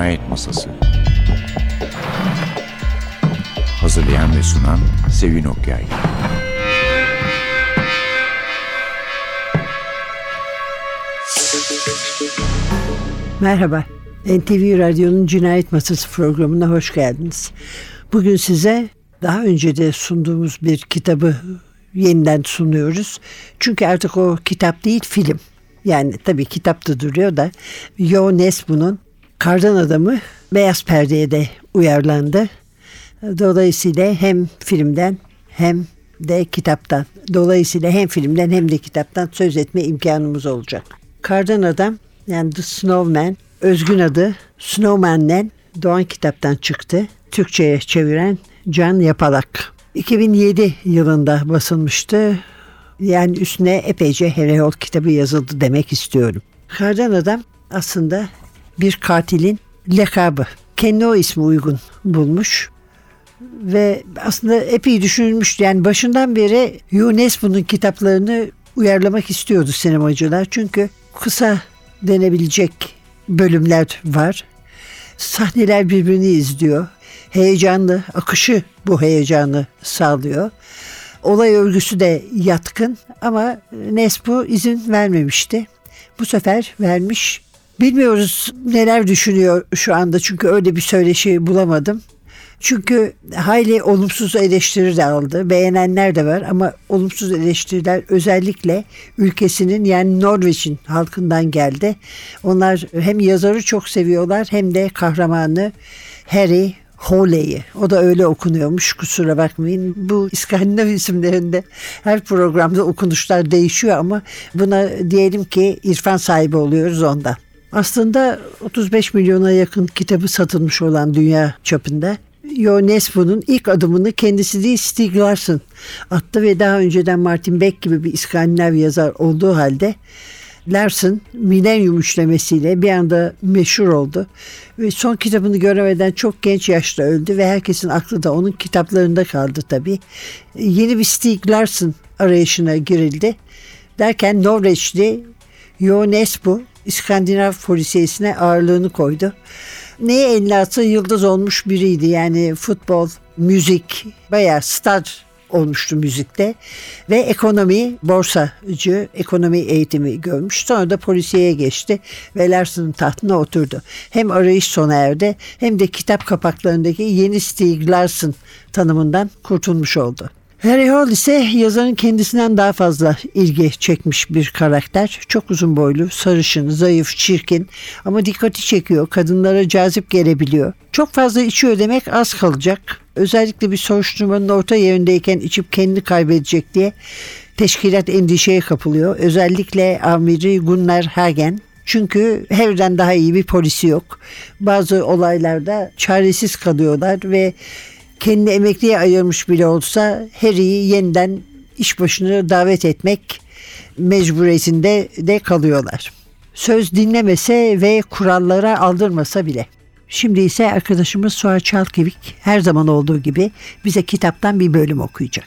Cinayet Masası. Hazırlayan ve sunan Sevin Okyay. Merhaba, NTV Radyo'nun Cinayet Masası programına hoş geldiniz. Bugün size daha önce de sunduğumuz bir kitabı yeniden sunuyoruz. Çünkü artık o kitap değil, film. Yani tabii kitapta duruyor da Jo Nesbo'nun Kardan Adamı beyaz perdeye de uyarlandı. Dolayısıyla hem filmden hem de kitaptan, dolayısıyla hem filmden hem de kitaptan söz etme imkanımız olacak. Kardan Adam, yani The Snowman, özgün adı Snowman'den Doğan Kitap'tan çıktı. Türkçe'ye çeviren Can Yapalak. 2007 yılında basılmıştı. Yani üstüne epeyce Herehol kitabı yazıldı demek istiyorum. Kardan Adam aslında bir katilin lakabı. Kendi o ismi uygun bulmuş. Ve aslında epey düşünülmüştü. Yani başından beri Jo Nesbo'nun kitaplarını uyarlamak istiyordu sinemacılar. Çünkü kısa denebilecek bölümler var. Sahneler birbirini izliyor. Heyecanlı, akışı bu heyecanı sağlıyor. Olay örgüsü de yatkın ama Nesbo izin vermemişti. Bu sefer vermiş. Bilmiyoruz neler düşünüyor şu anda, çünkü öyle bir söyleşi bulamadım. Çünkü hayli olumsuz eleştiri de aldı. Beğenenler de var ama olumsuz eleştiriler özellikle ülkesinin, yani Norveç'in halkından geldi. Onlar hem yazarı çok seviyorlar hem de kahramanı Harry Holey'i. O da öyle okunuyormuş, kusura bakmayın. Bu İskandinav isimlerinde her programda okunuşlar değişiyor ama buna diyelim ki irfan sahibi oluyoruz ondan. Aslında 35 milyona yakın kitabı satılmış olan dünya çapında Jo Nesbo'nun ilk adımını kendisi değil Stieg Larsson attı ve daha önceden Martin Beck gibi bir İskandinav yazar olduğu halde Larsson milenyum üçlemesiyle bir anda meşhur oldu. Ve son kitabını göremeden çok genç yaşta öldü ve herkesin aklı da onun kitaplarında kaldı tabii. Yeni bir Stieg Larsson arayışına girildi. Derken Norveçli Jo Nesbo İskandinav polisiyesine ağırlığını koydu. Neye eline atsa yıldız olmuş biriydi. Yani futbol, müzik, bayağı star olmuştu müzikte. Ve ekonomi, borsacı, ekonomi eğitimi görmüş. Sonra da polisiyeye geçti ve Larsson'un tahtına oturdu. Hem arayış sona erdi hem de kitap kapaklarındaki yeni Stieg Larsson tanımından kurtulmuş oldu. Herehol ise yazarın kendisinden daha fazla ilgi çekmiş bir karakter. Çok uzun boylu, sarışın, zayıf, çirkin ama dikkati çekiyor. Kadınlara cazip gelebiliyor. Çok fazla içiyor demek az kalacak. Özellikle bir soruşturmanın orta yerindeyken içip kendini kaybedecek diye teşkilat endişeye kapılıyor. Özellikle amiri Gunnar Hagen. Çünkü Harry'den daha iyi bir polisi yok. Bazı olaylarda çaresiz kalıyorlar ve kendini emekliye ayırmış bile olsa Harry'i yeniden iş başına davet etmek mecburiyetinde de kalıyorlar. Söz dinlemese ve kurallara aldırmasa bile. Şimdi ise arkadaşımız Suha Çalkevik her zaman olduğu gibi bize kitaptan bir bölüm okuyacak.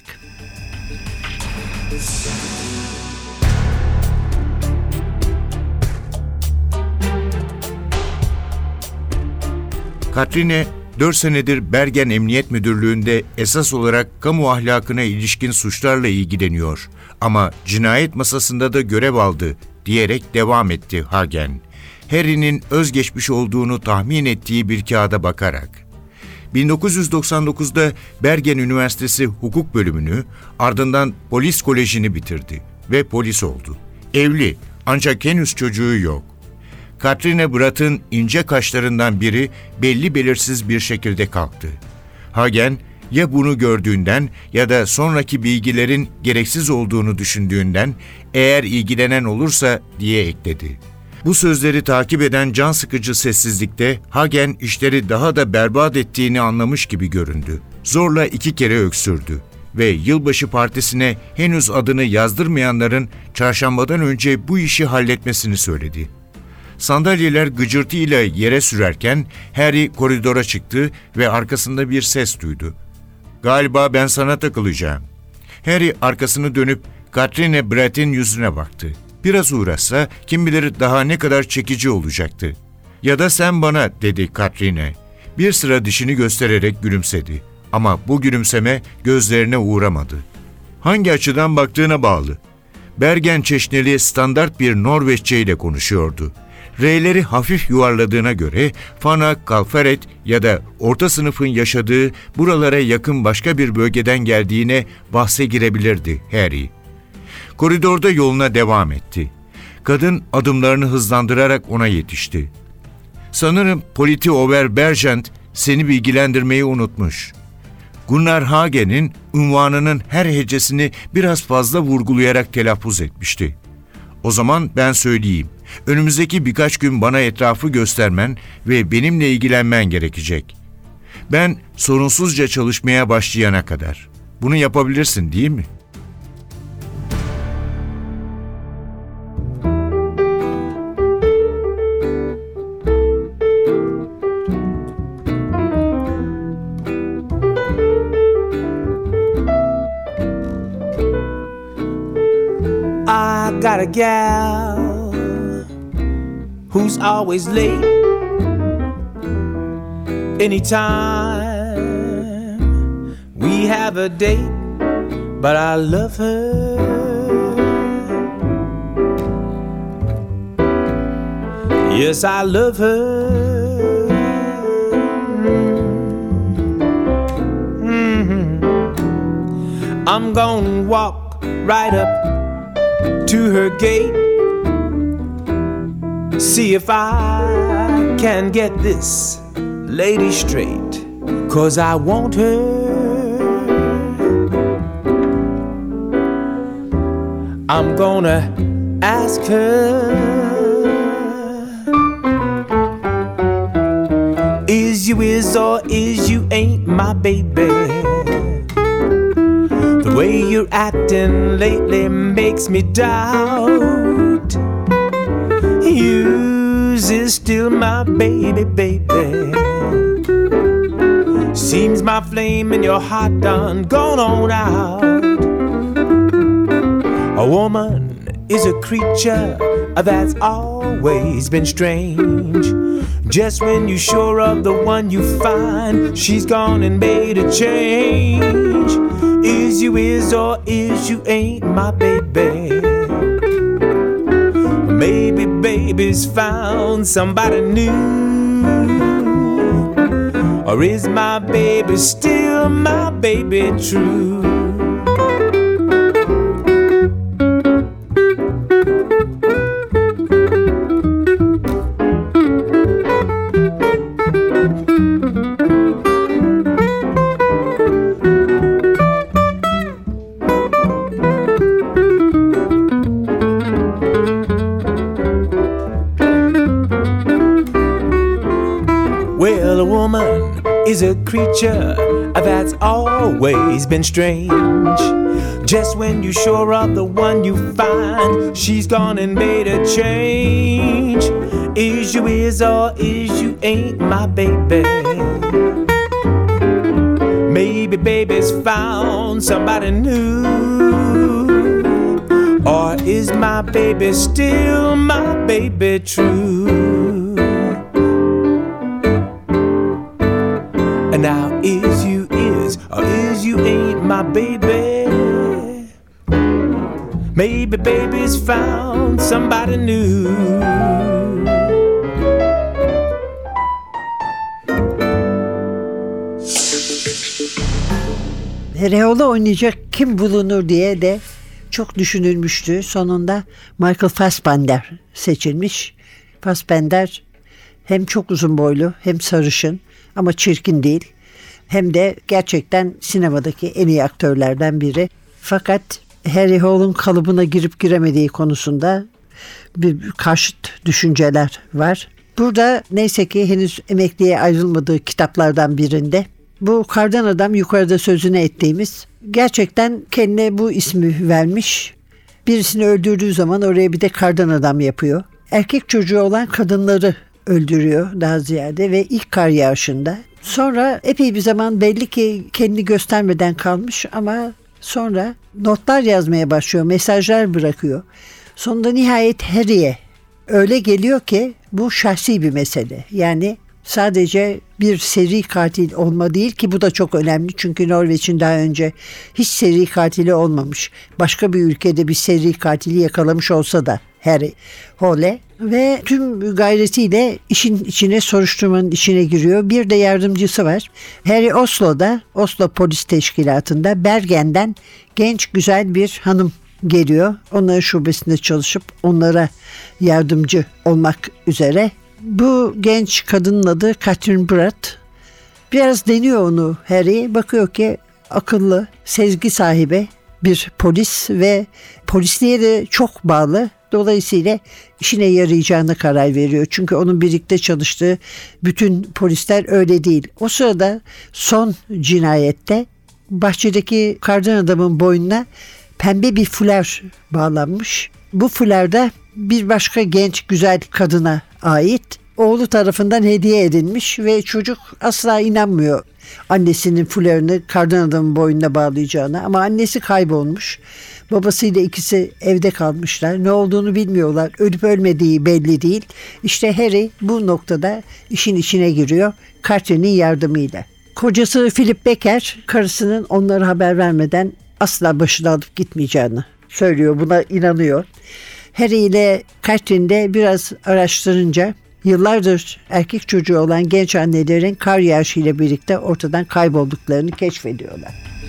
Katrine 4 senedir Bergen Emniyet Müdürlüğü'nde esas olarak kamu ahlakına ilişkin suçlarla ilgileniyor. Ama cinayet masasında da görev aldı diyerek devam etti Hagen. Harry'nin özgeçmiş olduğunu tahmin ettiği bir kağıda bakarak. 1999'da Bergen Üniversitesi Hukuk Bölümünü, ardından Polis Koleji'ni bitirdi ve polis oldu. Evli ancak henüz çocuğu yok. Katrine Bradt'ın ince kaşlarından biri belli belirsiz bir şekilde kalktı. Hagen ya bunu gördüğünden ya da sonraki bilgilerin gereksiz olduğunu düşündüğünden eğer ilgilenen olursa diye ekledi. Bu sözleri takip eden can sıkıcı sessizlikte Hagen işleri daha da berbat ettiğini anlamış gibi göründü. Zorla 2 kere öksürdü ve yılbaşı partisine henüz adını yazdırmayanların çarşambadan önce bu işi halletmesini söyledi. Sandalyeler gıcırtıyla yere sürerken Harry koridora çıktı ve arkasında bir ses duydu. "Galiba ben sana takılacağım." Harry arkasını dönüp Katrine Bradt'in yüzüne baktı. Biraz uğraşsa kim bilir daha ne kadar çekici olacaktı. Ya da sen bana, dedi Katrine. Bir sıra dişini göstererek gülümsedi. Ama bu gülümseme gözlerine uğramadı. Hangi açıdan baktığına bağlı. Bergen çeşnili standart bir Norveççe ile konuşuyordu. R'leri hafif yuvarladığına göre Fana Kalfaret ya da orta sınıfın yaşadığı buralara yakın başka bir bölgeden geldiğine bahse girebilirdi Harry. Koridorda yoluna devam etti. Kadın adımlarını hızlandırarak ona yetişti. Sanırım Politi Overbergent seni bilgilendirmeyi unutmuş. Gunnar Hagen'in unvanının her hecesini biraz fazla vurgulayarak telaffuz etmişti. O zaman ben söyleyeyim. Önümüzdeki birkaç gün bana etrafı göstermen ve benimle ilgilenmen gerekecek. Ben sorunsuzca çalışmaya başlayana kadar. Bunu yapabilirsin, değil mi? I got a gal who's always late. Anytime we have a date, but I love her. Yes, I love her. I'm gonna walk right up to her gate, see if I can get this lady straight, 'cause I want her. I'm gonna ask her, is you is or is you ain't my baby? The way you're acting lately makes me doubt yours is still my baby, baby. Seems my flame in your heart done gone on out. A woman is a creature that's always been strange. Just when you're sure of the one you find, she's gone and made a change. Is you is or is you ain't my baby? Maybe baby's found somebody new. Or is my baby still my baby true? Well, a woman is a creature that's always been strange. Just when you're sure of the one you find, she's gone and made a change. Is you is or is you ain't my baby? Maybe baby's found somebody new. Or is my baby still my baby true? And now is you is or is you ain't my baby? Maybe baby's found somebody new. Reol'da oynayacak kim bulunur diye de çok düşünülmüştü. Sonunda Michael Fassbender seçilmiş. Fassbender hem çok uzun boylu hem sarışın ama çirkin değil. Hem de gerçekten sinemadaki en iyi aktörlerden biri. Fakat Harry Hall'un kalıbına girip giremediği konusunda bir karşıt düşünceler var. Burada neyse ki henüz emekliye ayrılmadığı kitaplardan birinde bu Kardan Adam, yukarıda sözünü ettiğimiz, gerçekten kendine bu ismi vermiş. Birisini öldürdüğü zaman oraya bir de Kardan Adam yapıyor. Erkek çocuğu olan kadınları öldürüyor daha ziyade ve ilk kar yağışında. Sonra epey bir zaman belli ki kendini göstermeden kalmış ama sonra notlar yazmaya başlıyor, mesajlar bırakıyor. Sonunda nihayet Harry'e öyle geliyor ki bu şahsi bir mesele. Yani sadece bir seri katil olma değil ki, bu da çok önemli. Çünkü Norveç'in daha önce hiç seri katili olmamış. Başka bir ülkede bir seri katili yakalamış olsa da Harry Hole ve tüm gayretiyle işin içine, soruşturmanın içine giriyor. Bir de yardımcısı var. Harry Oslo'da, Oslo Polis Teşkilatı'nda Bergen'den genç güzel bir hanım geliyor. Onların şubesinde çalışıp onlara yardımcı olmak üzere. Bu genç kadının adı Katrin Bratt. Biraz deniyor onu Harry. Bakıyor ki akıllı, sezgi sahibi bir polis ve polisliğe de çok bağlı. Dolayısıyla işine yarayacağına karar veriyor. Çünkü onun birlikte çalıştığı bütün polisler öyle değil. O sırada son cinayette bahçedeki kardan adamın boynuna pembe bir fular bağlanmış. Bu fular da bir başka genç güzel kadına ait. Oğlu tarafından hediye edilmiş ve çocuk asla inanmıyor annesinin fularını kardan adamın boynuna bağlayacağına. Ama annesi kaybolmuş. Babasıyla ikisi evde kalmışlar. Ne olduğunu bilmiyorlar. Ölüp ölmediği belli değil. İşte Harry bu noktada işin içine giriyor Katrin'in yardımıyla. Kocası Philip Becker karısının onlara haber vermeden asla başını alıp gitmeyeceğini söylüyor. Buna inanıyor. Harry ile Katrin de biraz araştırınca yıllardır erkek çocuğu olan genç annelerin kar yağışıyla birlikte ortadan kaybolduklarını keşfediyorlar.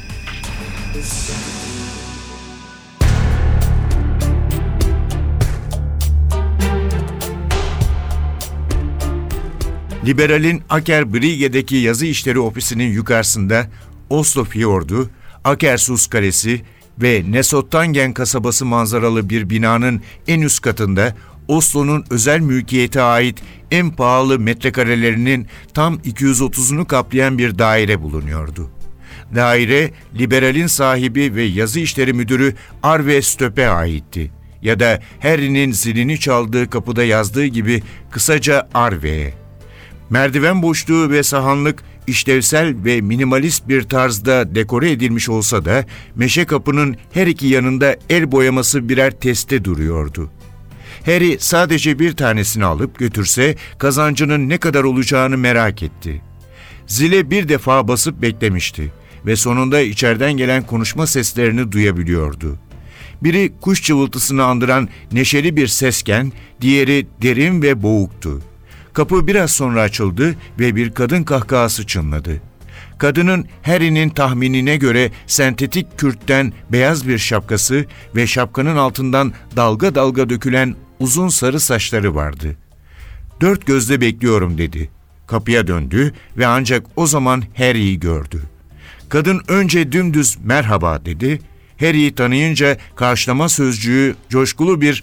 Liberal'in Aker Brygge'deki yazı işleri ofisinin yukarısında Oslo Fiyordu, Akershus Kalesi ve Nesottangen kasabası manzaralı bir binanın en üst katında Oslo'nun özel mülkiyete ait en pahalı metrekarelerinin tam 230'unu kaplayan bir daire bulunuyordu. Daire, Liberal'in sahibi ve yazı işleri müdürü Arve Stöp'e aitti. Ya da Harry'nin zilini çaldığı kapıda yazdığı gibi kısaca Arve'ye. Merdiven boşluğu ve sahanlık işlevsel ve minimalist bir tarzda dekore edilmiş olsa da meşe kapının her iki yanında el boyaması birer teste duruyordu. Harry sadece bir tanesini alıp götürse kazancının ne kadar olacağını merak etti. Zile bir defa basıp beklemişti ve sonunda içeriden gelen konuşma seslerini duyabiliyordu. Biri kuş cıvıltısını andıran neşeli bir sesken, diğeri derin ve boğuktu. Kapı biraz sonra açıldı ve bir kadın kahkahası çınladı. Kadının Harry'nin tahminine göre sentetik kürkten beyaz bir şapkası ve şapkanın altından dalga dalga dökülen uzun sarı saçları vardı. "Dört gözle bekliyorum," dedi. Kapıya döndü ve ancak o zaman Harry'i gördü. Kadın önce dümdüz merhaba dedi. Harry'i tanıyınca karşılama sözcüğü coşkulu bir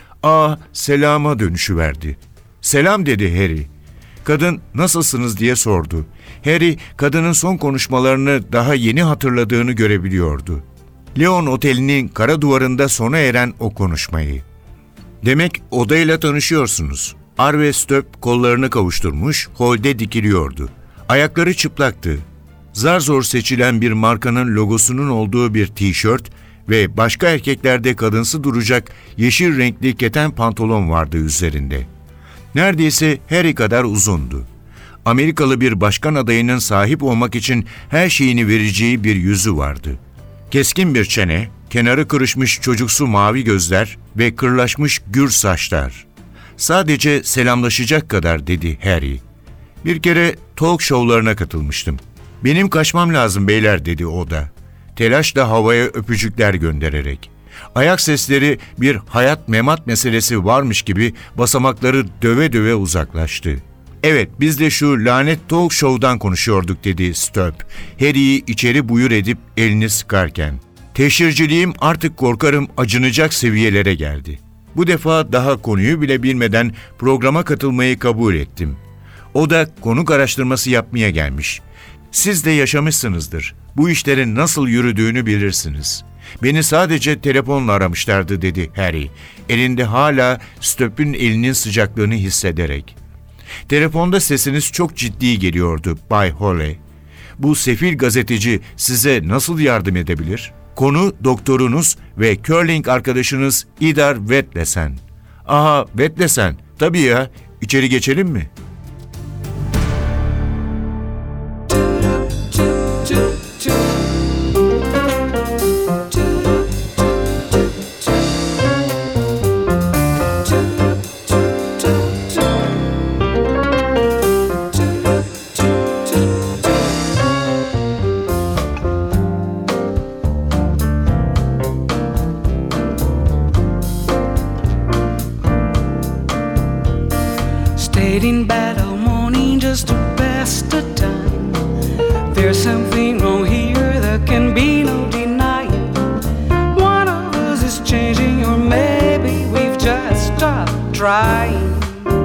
selama dönüşüverdi. "Selam," dedi Harry. Kadın "Nasılsınız?" diye sordu. Harry, kadının son konuşmalarını daha yeni hatırladığını görebiliyordu. Leon Oteli'nin kara duvarında sona eren o konuşmayı. "Demek odayla tanışıyorsunuz." Arve Stöp kollarını kavuşturmuş, holde dikiliyordu. Ayakları çıplaktı. Zar zor seçilen bir markanın logosunun olduğu bir tişört ve başka erkeklerde kadınsı duracak yeşil renkli keten pantolon vardı üzerinde. Neredeyse Harry kadar uzundu. Amerikalı bir başkan adayının sahip olmak için her şeyini vereceği bir yüzü vardı. Keskin bir çene, kenarı kırışmış çocuksu mavi gözler ve kırlaşmış gür saçlar. "Sadece selamlaşacak kadar," dedi Harry. "Bir kere talk show'larına katılmıştım. Benim kaçmam lazım beyler," dedi o da. Telaşla havaya öpücükler göndererek. Ayak sesleri bir hayat memat meselesi varmış gibi basamakları döve döve uzaklaştı. "Evet, biz de şu lanet talk show'dan konuşuyorduk," dedi Stöp, Harry'i içeri buyur edip elini sıkarken. "Teşhirciliğim artık korkarım acınacak seviyelere geldi. Bu defa daha konuyu bile bilmeden programa katılmayı kabul ettim. O da konuk araştırması yapmaya gelmiş. Siz de yaşamışsınızdır. Bu işlerin nasıl yürüdüğünü bilirsiniz. Beni sadece telefonla aramışlardı," dedi Harry, elinde hala Stöp'ün elinin sıcaklığını hissederek. "Telefonda sesiniz çok ciddi geliyordu Bay Hole. Bu sefil gazeteci size nasıl yardım edebilir? Konu doktorunuz ve curling arkadaşınız Idar Vetlesen." "Aha, Vetlesen, Tabii ya, içeri geçelim mi? Stayed in bed all morning just to pass the time. There's something wrong here, there can be no denying. One of us is changing, or maybe we've just stopped trying.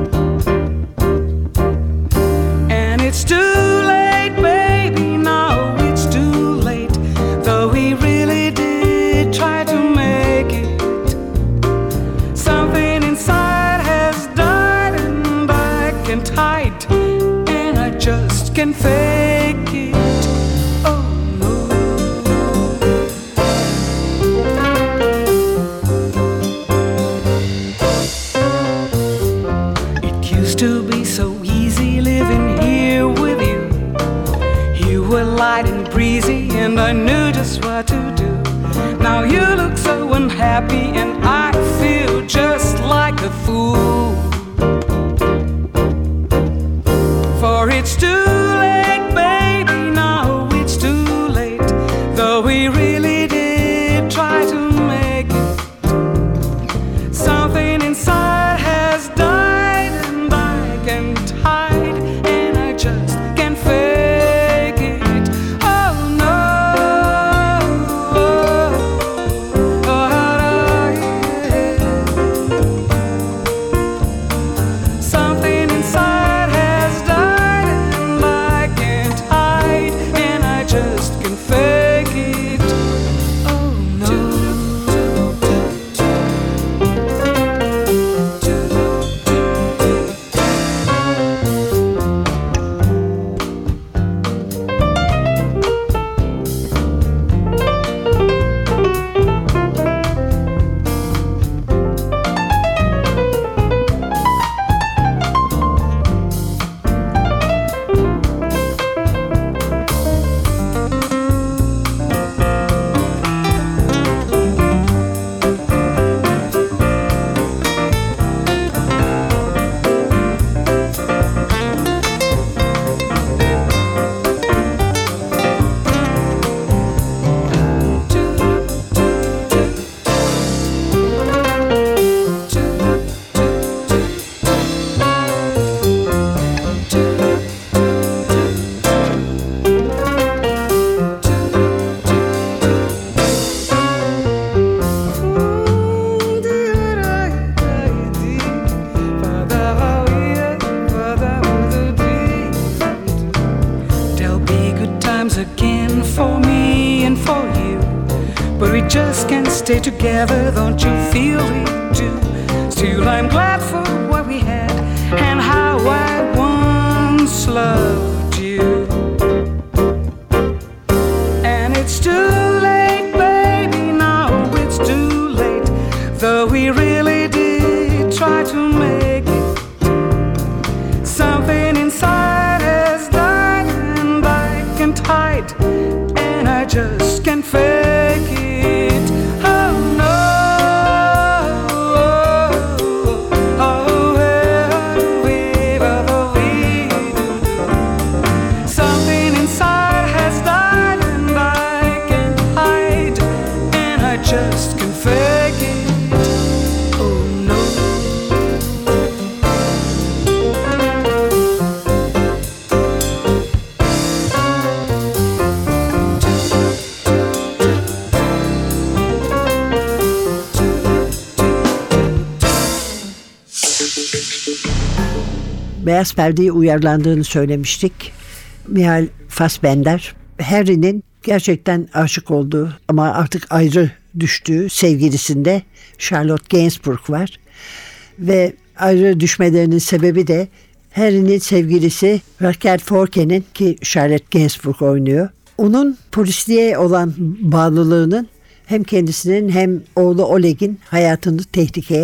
And it's too late, baby, now it's too late. Though we really did try to make it. Something inside has died and I can't hide, and I just can't fake it. Oh no. It used to be so easy living here with you. You were light and breezy and I knew just what to do. Now you look so unhappy and I feel just like a fool. For it's too late, baby, now it's too late. Though we really did try to make it. Something inside has died and I can't hide, and I just can't fake it. Oh no. Something inside has died and I can't hide, and I just can't fake it. Oh no. There'll be good times again for me and for you, but we just can't stay together, don't you feel it too? Still I'm glad for what we had and how I once loved you. And it's too late, baby, now it's too late. Though we really did try to make it. Something inside has died and I can't hide, and I just can't fake it. Oh no. Something inside has died and I can't hide, and I just can't fake it. Oh no. Beyaz Perde'ye uyarlandığını söylemiştik. Michael Fassbender, Harry'nin gerçekten aşık olduğu ama artık ayrı düştüğü sevgilisinde Charlotte Gainsbourg var. Ve ayrı düşmelerinin sebebi de Harry'nin sevgilisi Raquel Forquet'in, ki Charlotte Gainsbourg oynuyor, onun polisliğe olan bağlılığının hem kendisinin hem oğlu Oleg'in hayatını tehlikeye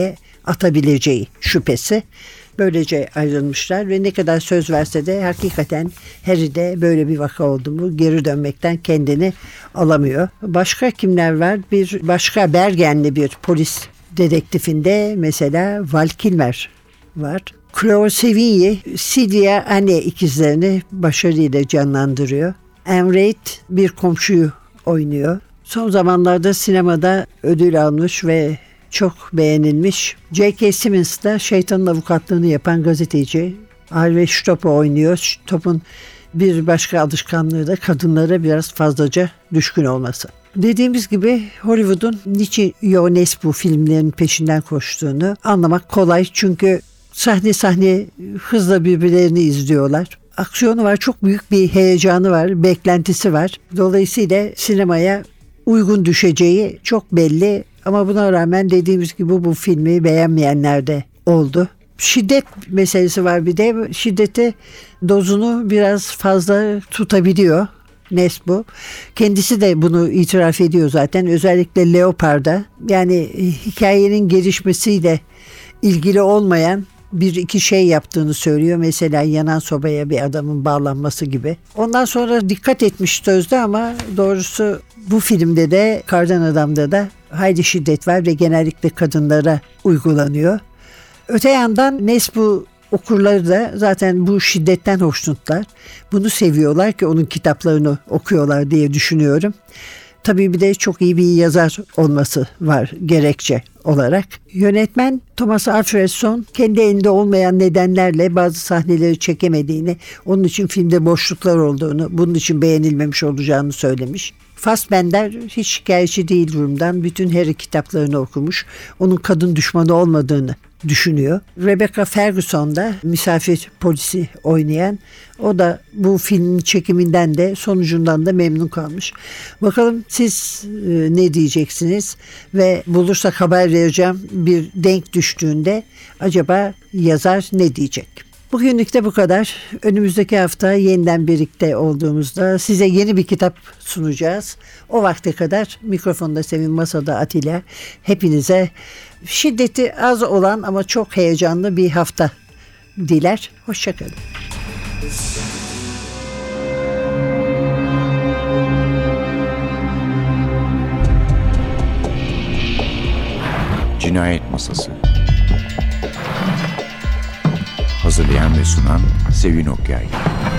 atabileceği şüphesi. Böylece ayrılmışlar ve ne kadar söz verse de hakikaten Harry'de böyle bir vaka oldu mu geri dönmekten kendini alamıyor. Başka kimler var? Bir başka Bergenli bir polis dedektifinde mesela Val Kilmer var. Clover Sevigny, Celia Anne ikizlerini başarıyla canlandırıyor. Anne Reid bir komşuyu oynuyor. Son zamanlarda sinemada ödül almış ve çok beğenilmiş. J.K. Simmons da şeytanın avukatlığını yapan gazeteci. Harvey Stopp'u oynuyor. Stopp'un bir başka alışkanlığı da kadınlara biraz fazlaca düşkün olması. Dediğimiz gibi Hollywood'un niçin Ionescu filmlerinin peşinden koştuğunu anlamak kolay. Çünkü sahne sahne hızla birbirlerini izliyorlar. Aksiyonu var, çok büyük bir heyecanı var, beklentisi var. Dolayısıyla sinemaya uygun düşeceği çok belli. Ama buna rağmen dediğimiz gibi bu filmi beğenmeyenler de oldu. Şiddet meselesi var bir de. Şiddete dozunu biraz fazla tutabiliyor Nesbu. Kendisi de bunu itiraf ediyor zaten. Özellikle Leopard'da. Yani hikayenin gelişmesiyle ilgili olmayan bir iki şey yaptığını söylüyor. Mesela yanan sobaya bir adamın bağlanması gibi. Ondan sonra dikkat etmiş sözde ama doğrusu bu filmde de Kardan Adam'da da hayli şiddet var ve genellikle kadınlara uygulanıyor. Öte yandan Nesbu okurları da zaten bu şiddetten hoşnutlar. Bunu seviyorlar ki onun kitaplarını okuyorlar diye düşünüyorum. Tabii bir de çok iyi bir yazar olması var gerekçe olarak. Yönetmen Thomas Alfredson kendi elinde olmayan nedenlerle bazı sahneleri çekemediğini, onun için filmde boşluklar olduğunu, bunun için beğenilmemiş olacağını söylemiş. Fassbender hiç şikayetçi değil durumdan. Bütün Harry kitaplarını okumuş. Onun kadın düşmanı olmadığını düşünüyor. Rebecca Ferguson da misafir polisi oynayan, o da bu filmin çekiminden de sonucundan da memnun kalmış. Bakalım siz ne diyeceksiniz ve bulursak haber vereceğim, bir denk düştüğünde acaba yazar ne diyecek? Bugünlük de bu kadar. Önümüzdeki hafta yeniden birlikte olduğumuzda size yeni bir kitap sunacağız. O vakte kadar mikrofonda Sevin, masada Atilla. Hepinize şiddeti az olan ama çok heyecanlı bir hafta diler. Hoşçakalın. Cinayet Masası. Hazırlayan ve sunan Sevin Okyay.